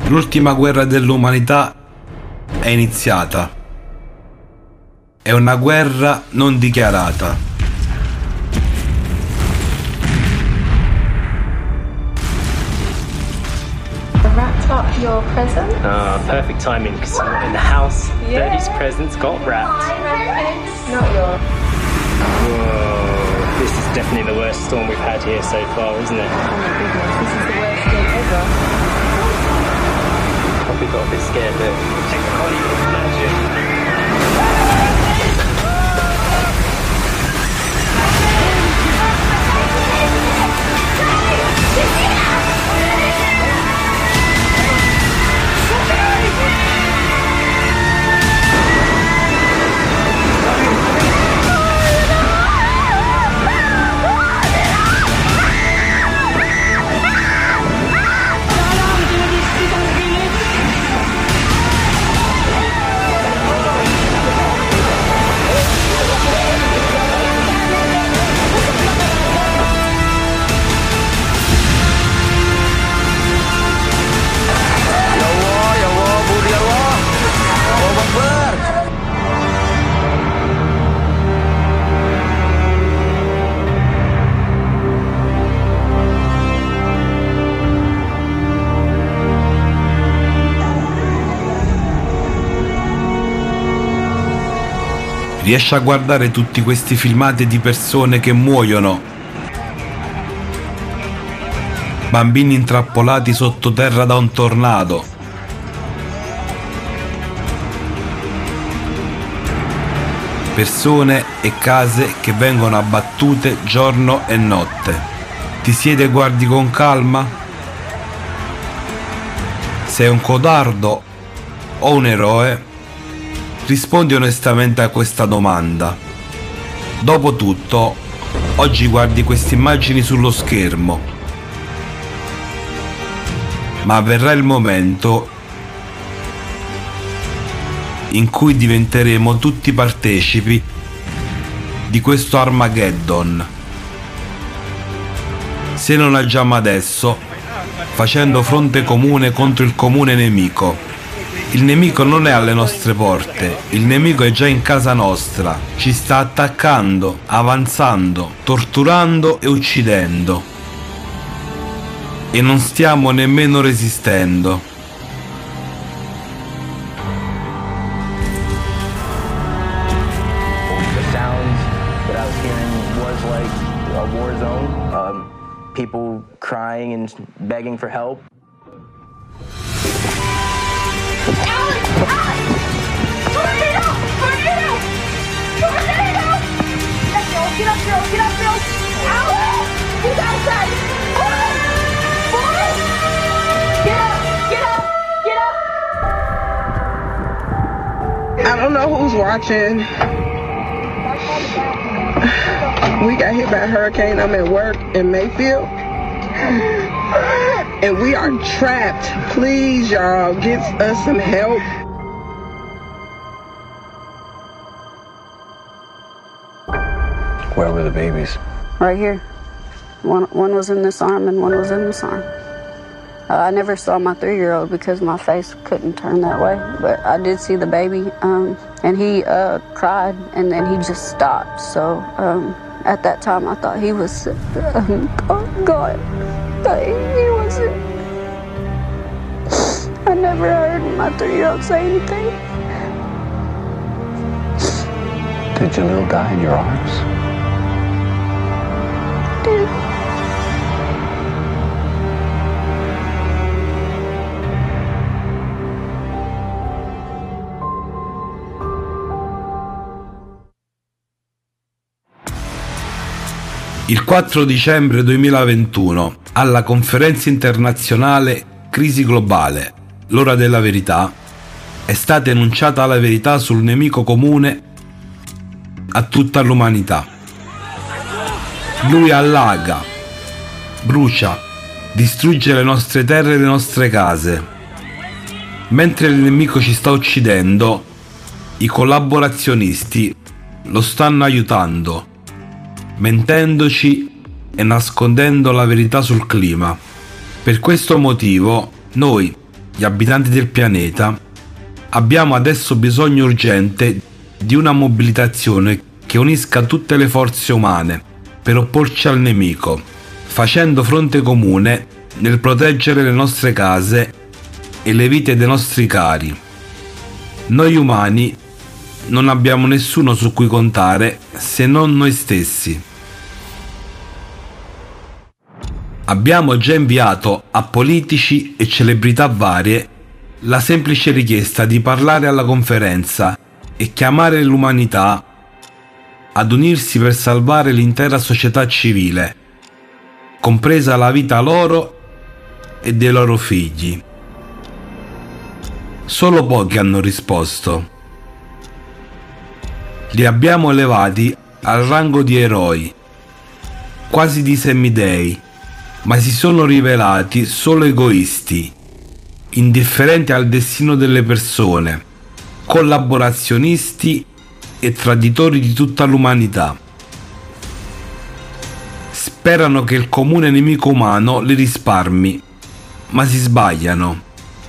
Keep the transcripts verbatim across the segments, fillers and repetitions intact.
L'ultima guerra dell'umanità è iniziata. È una guerra non dichiarata. Wrapped up your present? Uh, perfect timing because in the house, Yeah. Birdie's presents got wrapped. Not yours. Whoa, this is definitely the worst storm we've had here so far, isn't it? Oh my goodness, this is the worst thing ever. Probably got a bit scared there. I can't even imagine. Riesci a guardare tutti questi filmati di persone che muoiono, bambini intrappolati sottoterra da un tornado, persone e case che vengono abbattute giorno e notte. Ti siedi e guardi con calma? Sei un codardo o un eroe? Rispondi onestamente a questa domanda. Dopotutto, oggi guardi queste immagini sullo schermo, ma verrà il momento in cui diventeremo tutti partecipi di questo Armageddon. Se non agiamo adesso, facendo fronte comune contro il comune nemico. Il nemico non è alle nostre porte, il nemico è già in casa nostra, ci sta attaccando, avanzando, torturando e uccidendo. E non stiamo nemmeno resistendo. The sounds that I was hearing was like a war zone, um, people crying and begging for help. Get up, girl! Get up, girl! Alex! He's outside! Boy! Get up! Get up! Get up! I don't know who's watching. We got hit by a hurricane. I'm at work in Mayfield. And we are trapped. Please, y'all, get us some help. Where were the babies? Right here. One, one was in this arm and one was in this arm. Uh, I never saw my three-year-old because my face couldn't turn that way, but I did see the baby, um, and he uh, cried, and then he just stopped. So um, at that time, I thought he was um, God, but he wasn't. I never heard my three-year-old say anything. Did Jalil die in your arms? Did. Il quattro dicembre duemilaventuno, alla conferenza internazionale Crisi globale, l'ora della verità, è stata enunciata la verità sul nemico comune a tutta l'umanità. Lui allaga, brucia, distrugge le nostre terre e le nostre case. Mentre il nemico ci sta uccidendo, i collaborazionisti lo stanno aiutando, mentendoci e nascondendo la verità sul clima. Per questo motivo noi, gli abitanti del pianeta, abbiamo adesso bisogno urgente di una mobilitazione che unisca tutte le forze umane per opporci al nemico, facendo fronte comune nel proteggere le nostre case e le vite dei nostri cari. Noi umani non abbiamo nessuno su cui contare se non noi stessi. Abbiamo già inviato a politici e celebrità varie la semplice richiesta di parlare alla conferenza e chiamare l'umanità ad unirsi per salvare l'intera società civile, compresa la vita loro e dei loro figli. Solo pochi hanno risposto. Li abbiamo elevati al rango di eroi, quasi di semidei, ma si sono rivelati solo egoisti, indifferenti al destino delle persone, collaborazionisti e traditori di tutta l'umanità. Sperano che il comune nemico umano li risparmi, ma si sbagliano.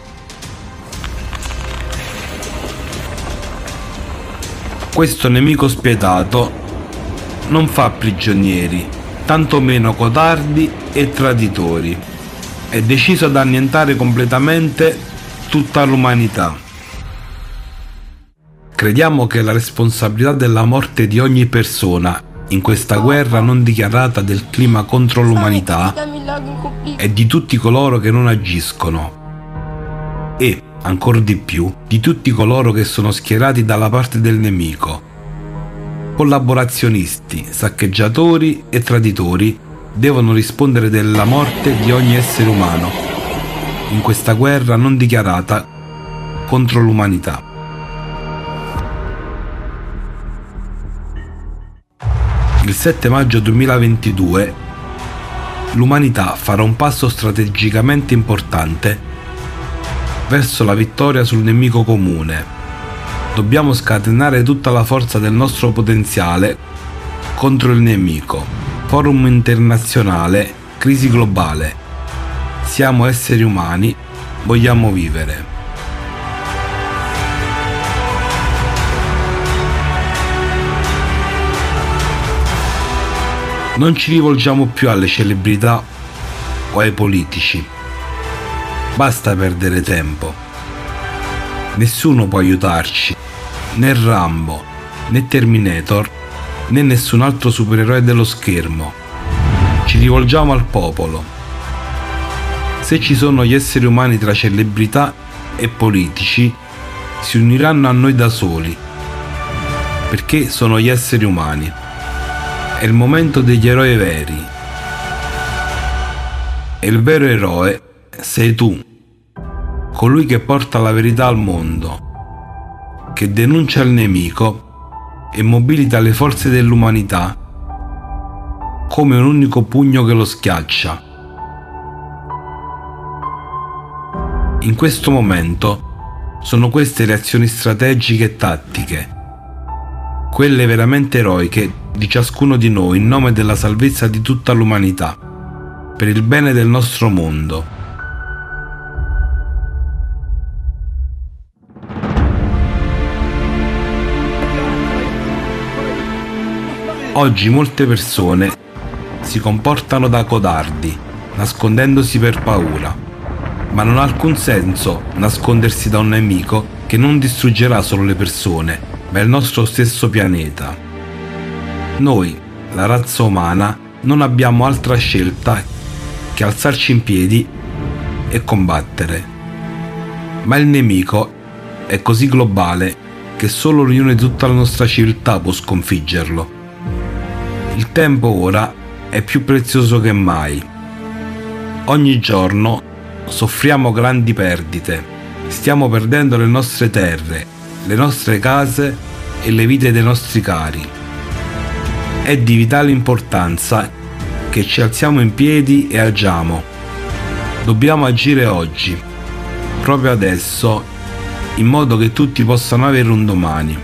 Questo nemico spietato non fa prigionieri, tantomeno codardi e traditori. È deciso ad annientare completamente tutta l'umanità. Crediamo che la responsabilità della morte di ogni persona in questa guerra non dichiarata del clima contro l'umanità è di tutti coloro che non agiscono e, ancor di più, di tutti coloro che sono schierati dalla parte del nemico. Collaborazionisti, saccheggiatori e traditori devono rispondere della morte di ogni essere umano in questa guerra non dichiarata contro l'umanità. Il sette maggio duemilaventidue l'umanità farà un passo strategicamente importante verso la vittoria sul nemico comune. Dobbiamo scatenare tutta la forza del nostro potenziale contro il nemico. Forum internazionale, crisi globale. Siamo esseri umani, vogliamo vivere. Non ci rivolgiamo più alle celebrità o ai politici. Basta perdere tempo. Nessuno può aiutarci, né Rambo, né Terminator, né nessun altro supereroe dello schermo. Ci rivolgiamo al popolo. Se ci sono gli esseri umani tra celebrità e politici, si uniranno a noi da soli, perché sono gli esseri umani. È il momento degli eroi veri. E il vero eroe sei tu, colui che porta la verità al mondo, che denuncia il nemico e mobilita le forze dell'umanità come un unico pugno che lo schiaccia. In questo momento sono queste le azioni strategiche e tattiche, quelle veramente eroiche di ciascuno di noi in nome della salvezza di tutta l'umanità, per il bene del nostro mondo. Oggi molte persone si comportano da codardi, nascondendosi per paura, ma non ha alcun senso nascondersi da un nemico che non distruggerà solo le persone, ma il nostro stesso pianeta. Noi, la razza umana, non abbiamo altra scelta che alzarci in piedi e combattere. Ma il nemico è così globale che solo l'unione di tutta la nostra civiltà può sconfiggerlo. Il tempo ora è più prezioso che mai. Ogni giorno soffriamo grandi perdite. Stiamo perdendo le nostre terre, le nostre case e le vite dei nostri cari. È di vitale importanza che ci alziamo in piedi e agiamo. Dobbiamo agire oggi, proprio adesso, in modo che tutti possano avere un domani.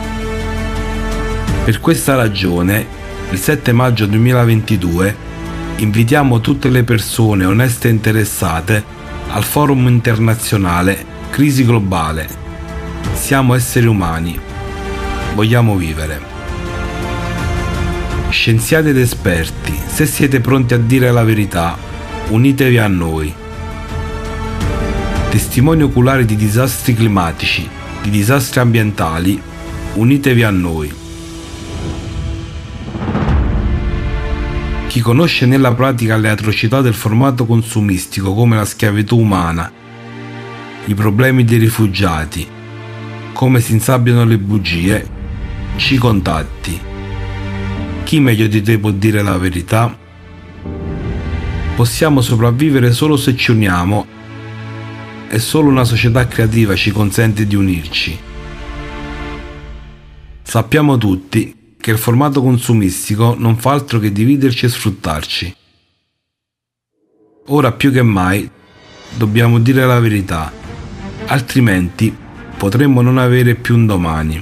Per questa ragione, il sette maggio duemilaventidue, invitiamo tutte le persone oneste e interessate al forum internazionale Crisi globale. Siamo esseri umani, vogliamo vivere. Scienziati ed esperti, se siete pronti a dire la verità, unitevi a noi. Testimoni oculari di disastri climatici, di disastri ambientali, unitevi a noi. Chi conosce nella pratica le atrocità del formato consumistico come la schiavitù umana, i problemi dei rifugiati, come si insabbiano le bugie, ci contatti. Chi meglio di te può dire la verità? Possiamo sopravvivere solo se ci uniamo e solo una società creativa ci consente di unirci. Sappiamo tutti che il formato consumistico non fa altro che dividerci e sfruttarci. Ora più che mai dobbiamo dire la verità, altrimenti potremmo non avere più un domani.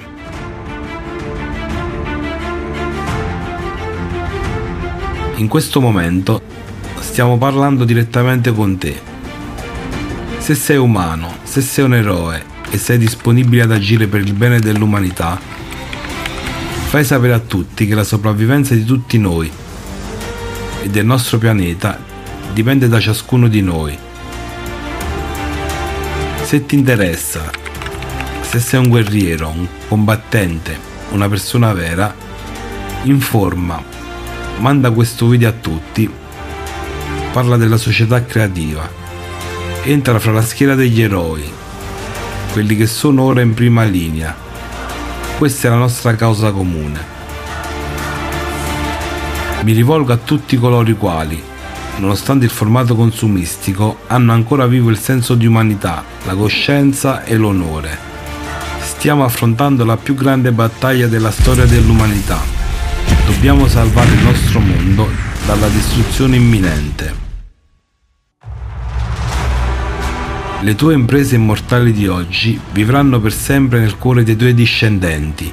In questo momento stiamo parlando direttamente con te. Se sei umano, se sei un eroe e sei disponibile ad agire per il bene dell'umanità, fai sapere a tutti che la sopravvivenza di tutti noi e del nostro pianeta dipende da ciascuno di noi. Se ti interessa, se sei un guerriero, un combattente, una persona vera, informa, manda questo video a tutti, parla della società creativa, entra fra la schiera degli eroi, quelli che sono ora in prima linea. Questa è la nostra causa comune. Mi rivolgo a tutti coloro i quali, nonostante il formato consumistico, hanno ancora vivo il senso di umanità, la coscienza e l'onore. Stiamo affrontando la più grande battaglia della storia dell'umanità. Dobbiamo salvare il nostro mondo dalla distruzione imminente. Le tue imprese immortali di oggi vivranno per sempre nel cuore dei tuoi discendenti.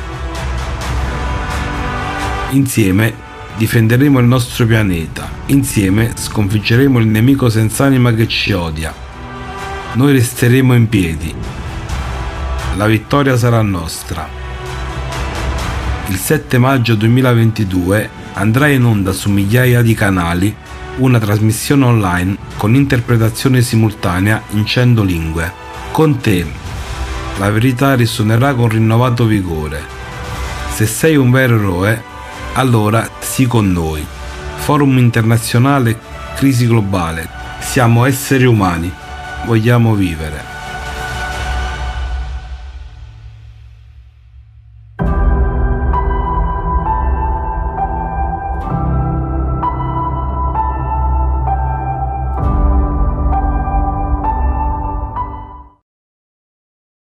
Insieme difenderemo il nostro pianeta, insieme sconfiggeremo il nemico senza anima che ci odia. Noi resteremo in piedi. La vittoria sarà nostra. Il sette maggio duemilaventidue andrà in onda su migliaia di canali una trasmissione online con interpretazione simultanea in cento lingue. Con te la verità risuonerà con rinnovato vigore. Se sei un vero eroe, allora sii con noi. Forum internazionale Crisi globale. Siamo esseri umani, vogliamo vivere.